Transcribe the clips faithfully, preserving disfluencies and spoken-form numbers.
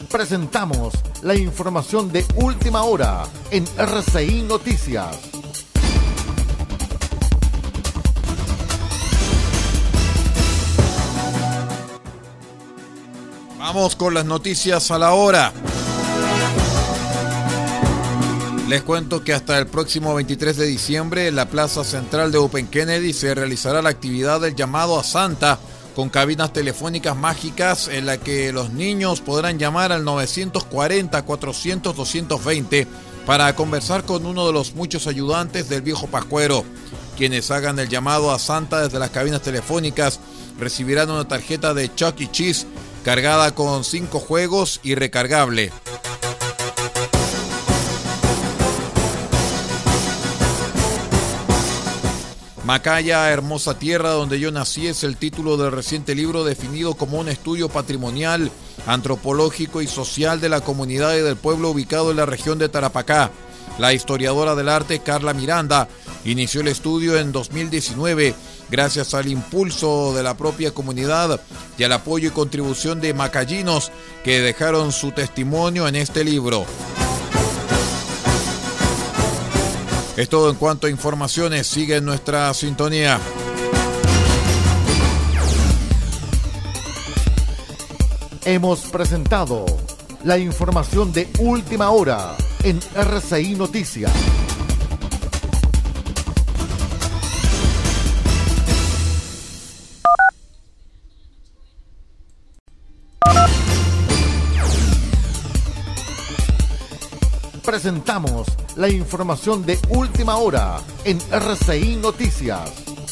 Presentamos la información de última hora en R C I Noticias. Vamos con las noticias a la hora. Les cuento que hasta el próximo veintitrés de diciembre en la plaza central de Open Kennedy se realizará la actividad del llamado a Santa, con cabinas telefónicas mágicas en la que los niños podrán llamar al nueve cuatro cero, cuatrocientos, doscientos veinte para conversar con uno de los muchos ayudantes del viejo Pascuero. Quienes hagan el llamado a Santa desde las cabinas telefónicas recibirán una tarjeta de Chuck E. Cheese cargada con cinco juegos y recargable. Macaya, hermosa tierra donde yo nací, es el título del reciente libro definido como un estudio patrimonial, antropológico y social de la comunidad y del pueblo ubicado en la región de Tarapacá. La historiadora del arte Carla Miranda inició el estudio en dos mil diecinueve gracias al impulso de la propia comunidad y al apoyo y contribución de macayinos que dejaron su testimonio en este libro. Es todo en cuanto a informaciones. Sigue en nuestra sintonía. Hemos presentado la información de última hora en R C I Noticias. Presentamos la información de última hora en R C I Noticias.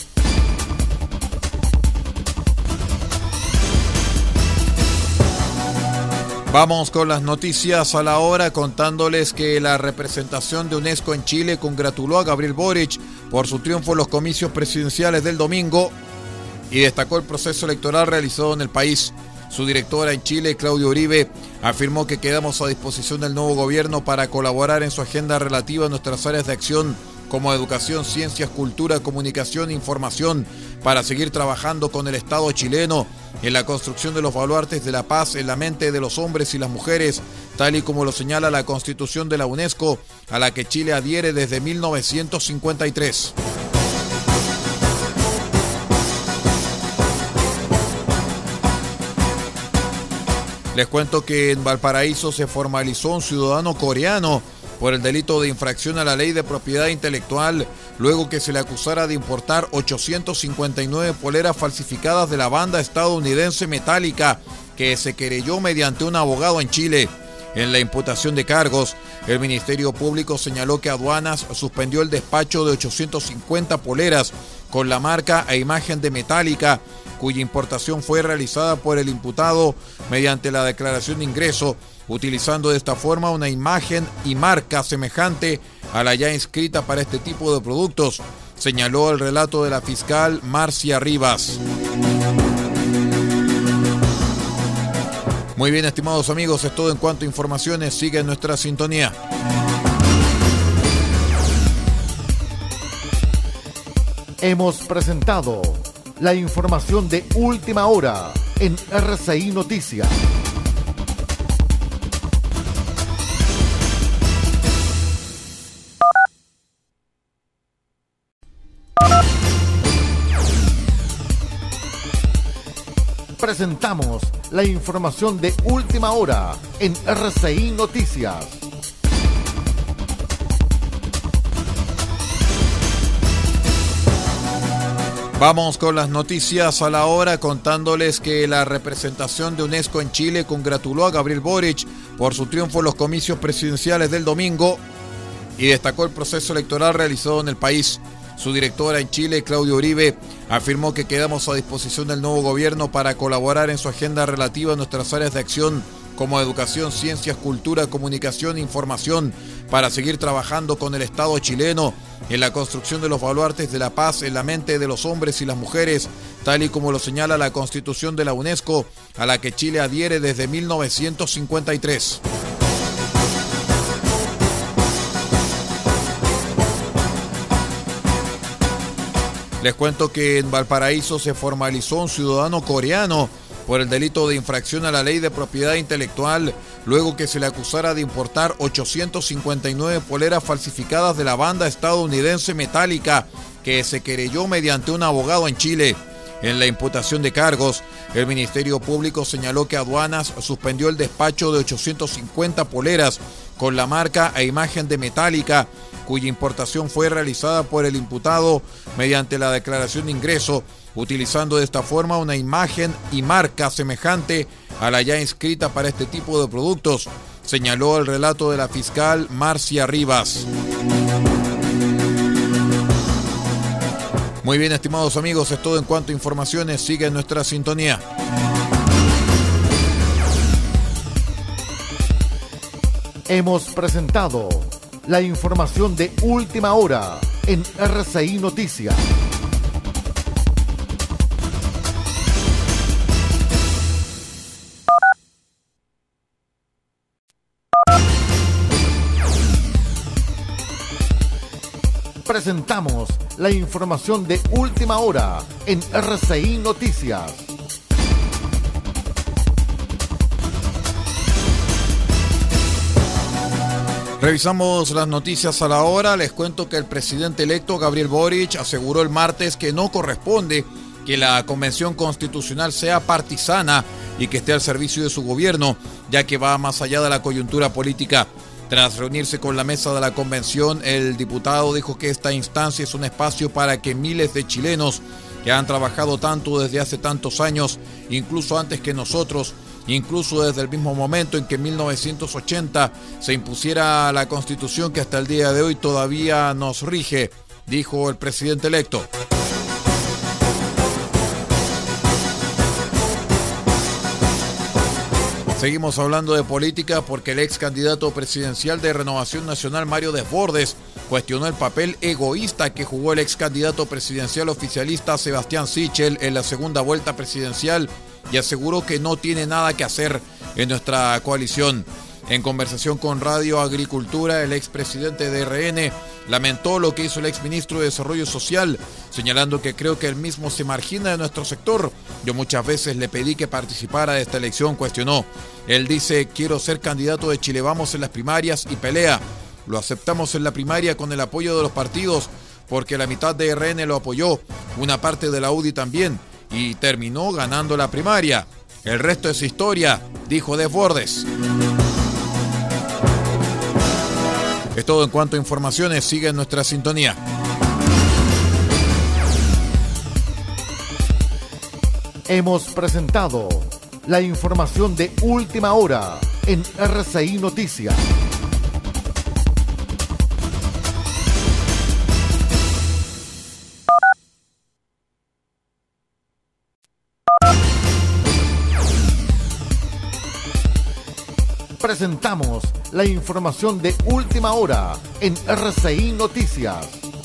Vamos con las noticias a la hora, contándoles que la representación de UNESCO en Chile congratuló a Gabriel Boric por su triunfo en los comicios presidenciales del domingo y destacó el proceso electoral realizado en el país. Su directora en Chile, Claudia Uribe, afirmó que quedamos a disposición del nuevo gobierno para colaborar en su agenda relativa a nuestras áreas de acción como educación, ciencias, cultura, comunicación e información, para seguir trabajando con el Estado chileno en la construcción de los baluartes de la paz en la mente de los hombres y las mujeres, tal y como lo señala la Constitución de la UNESCO, a la que Chile adhiere desde mil novecientos cincuenta y tres. Les cuento que en Valparaíso se formalizó un ciudadano coreano por el delito de infracción a la ley de propiedad intelectual, luego que se le acusara de importar ochocientos cincuenta y nueve poleras falsificadas de la banda estadounidense Metallica, que se querelló mediante un abogado en Chile. En la imputación de cargos, el Ministerio Público señaló que Aduanas suspendió el despacho de ochocientos cincuenta poleras con la marca e imagen de Metallica, cuya importación fue realizada por el imputado mediante la declaración de ingreso, utilizando de esta forma una imagen y marca semejante a la ya inscrita para este tipo de productos, señaló el relato de la fiscal Marcia Rivas. Muy bien, estimados amigos, es todo en cuanto a informaciones. Sigue en nuestra sintonía. Hemos presentado la información de última hora en R C I Noticias. Presentamos la información de última hora en R C I Noticias. Vamos con las noticias a la hora, contándoles que la representación de UNESCO en Chile congratuló a Gabriel Boric por su triunfo en los comicios presidenciales del domingo y destacó el proceso electoral realizado en el país. Su directora en Chile, Claudia Uribe, afirmó que quedamos a disposición del nuevo gobierno para colaborar en su agenda relativa a nuestras áreas de acción como educación, ciencias, cultura, comunicación e información, para seguir trabajando con el Estado chileno en la construcción de los baluartes de la paz en la mente de los hombres y las mujeres, tal y como lo señala la Constitución de la UNESCO, a la que Chile adhiere desde mil novecientos cincuenta y tres. Les cuento que en Valparaíso se formalizó un ciudadano coreano por el delito de infracción a la ley de propiedad intelectual, luego que se le acusara de importar ochocientas cincuenta y nueve poleras falsificadas de la banda estadounidense Metallica, que se querelló mediante un abogado en Chile. En la imputación de cargos, el Ministerio Público señaló que Aduanas suspendió el despacho de ochocientas cincuenta poleras con la marca e imagen de Metallica, cuya importación fue realizada por el imputado mediante la declaración de ingreso, utilizando de esta forma una imagen y marca semejante a la ya inscrita para este tipo de productos, señaló el relato de la fiscal Marcia Rivas. Muy bien, estimados amigos, es todo en cuanto a informaciones. Sigue en nuestra sintonía. Hemos presentado la información de última hora en R C I Noticias. Presentamos la información de última hora en R C I Noticias. Revisamos las noticias a la hora. Les cuento que el presidente electo Gabriel Boric aseguró el martes que no corresponde que la Convención Constitucional sea partisana y que esté al servicio de su gobierno, ya que va más allá de la coyuntura política. Tras reunirse con la mesa de la convención, el diputado dijo que esta instancia es un espacio para que miles de chilenos que han trabajado tanto desde hace tantos años, incluso antes que nosotros, incluso desde el mismo momento en que en mil novecientos ochenta se impusiera la Constitución que hasta el día de hoy todavía nos rige, dijo el presidente electo. Seguimos hablando de política porque el ex candidato presidencial de Renovación Nacional, Mario Desbordes, cuestionó el papel egoísta que jugó el ex candidato presidencial oficialista Sebastián Sichel en la segunda vuelta presidencial y aseguró que no tiene nada que hacer en nuestra coalición. En conversación con Radio Agricultura, el expresidente de R N lamentó lo que hizo el exministro de Desarrollo Social, señalando que creo que él mismo se margina de nuestro sector. Yo muchas veces le pedí que participara de esta elección, cuestionó. Él dice, quiero ser candidato de Chile Vamos en las primarias y pelea. Lo aceptamos en la primaria con el apoyo de los partidos, porque la mitad de R N lo apoyó, una parte de la U D I también, y terminó ganando la primaria. El resto es historia, dijo Desbordes. Es todo en cuanto a informaciones. Sigue en nuestra sintonía. Hemos presentado la información de última hora en R C I Noticias. Presentamos la información de última hora en R C I Noticias.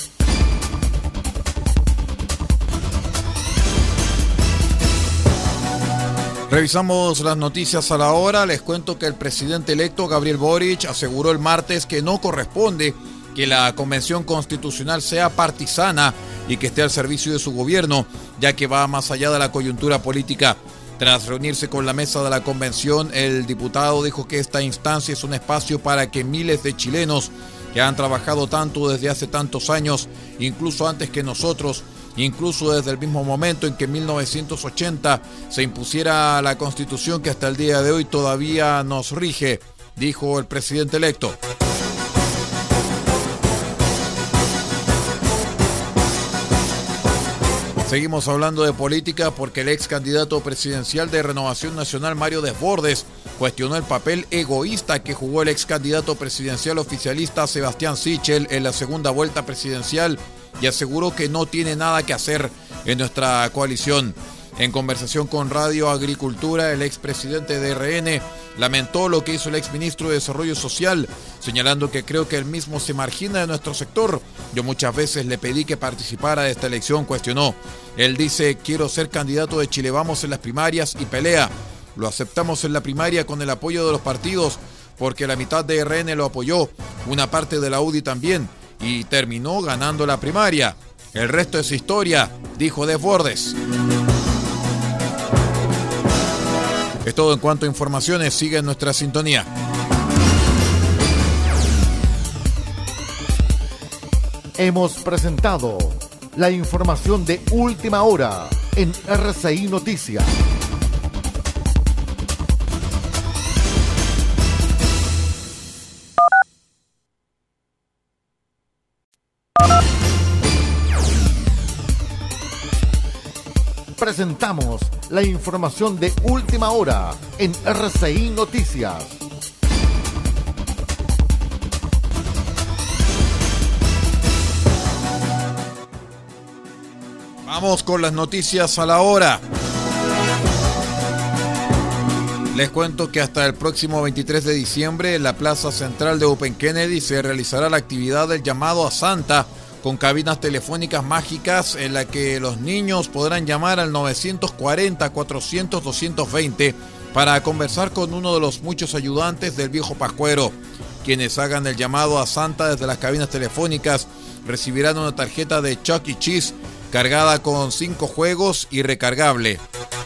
Revisamos las noticias a la hora. Les cuento que el presidente electo Gabriel Boric aseguró el martes que no corresponde que la Convención Constitucional sea partisana y que esté al servicio de su gobierno, ya que va más allá de la coyuntura política. Tras reunirse con la mesa de la convención, el diputado dijo que esta instancia es un espacio para que miles de chilenos que han trabajado tanto desde hace tantos años, incluso antes que nosotros, incluso desde el mismo momento en que en mil novecientos ochenta se impusiera la Constitución que hasta el día de hoy todavía nos rige, dijo el presidente electo. Seguimos hablando de política porque el ex candidato presidencial de Renovación Nacional, Mario Desbordes, cuestionó el papel egoísta que jugó el ex candidato presidencial oficialista Sebastián Sichel en la segunda vuelta presidencial y aseguró que no tiene nada que hacer en nuestra coalición. En conversación con Radio Agricultura, el expresidente de R N lamentó lo que hizo el exministro de Desarrollo Social, señalando que creo que él mismo se margina de nuestro sector. Yo muchas veces le pedí que participara de esta elección, cuestionó. Él dice, quiero ser candidato de Chile Vamos en las primarias y pelea. Lo aceptamos en la primaria con el apoyo de los partidos, porque la mitad de R N lo apoyó, una parte de la U D I también, y terminó ganando la primaria. El resto es historia, dijo Desbordes. Es todo en cuanto a informaciones. Sigue en nuestra sintonía. Hemos presentado la información de última hora en R C I Noticias. Presentamos la información de última hora en R C I Noticias. Vamos con las noticias a la hora. Les cuento que hasta el próximo veintitrés de diciembre en la Plaza Central de Open Kennedy se realizará la actividad del llamado a Santa, con cabinas telefónicas mágicas en la que los niños podrán llamar al nueve cuatro cero, cuatrocientos, doscientos veinte para conversar con uno de los muchos ayudantes del viejo Pascuero. Quienes hagan el llamado a Santa desde las cabinas telefónicas recibirán una tarjeta de Chuck E. Cheese cargada con cinco juegos y recargable.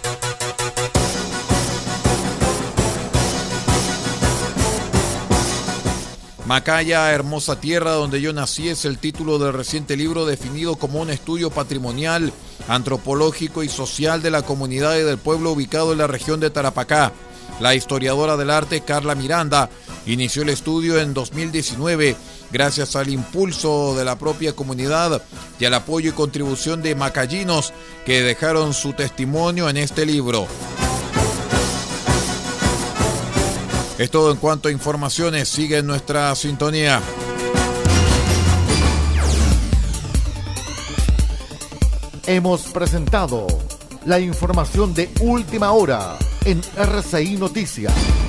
Macaya, hermosa tierra donde yo nací, es el título del reciente libro definido como un estudio patrimonial, antropológico y social de la comunidad y del pueblo ubicado en la región de Tarapacá. La historiadora del arte Carla Miranda inició el estudio en dos mil diecinueve gracias al impulso de la propia comunidad y al apoyo y contribución de macayinos que dejaron su testimonio en este libro. Es todo en cuanto a informaciones. Sigue en nuestra sintonía. Hemos presentado la información de última hora en R C I Noticias.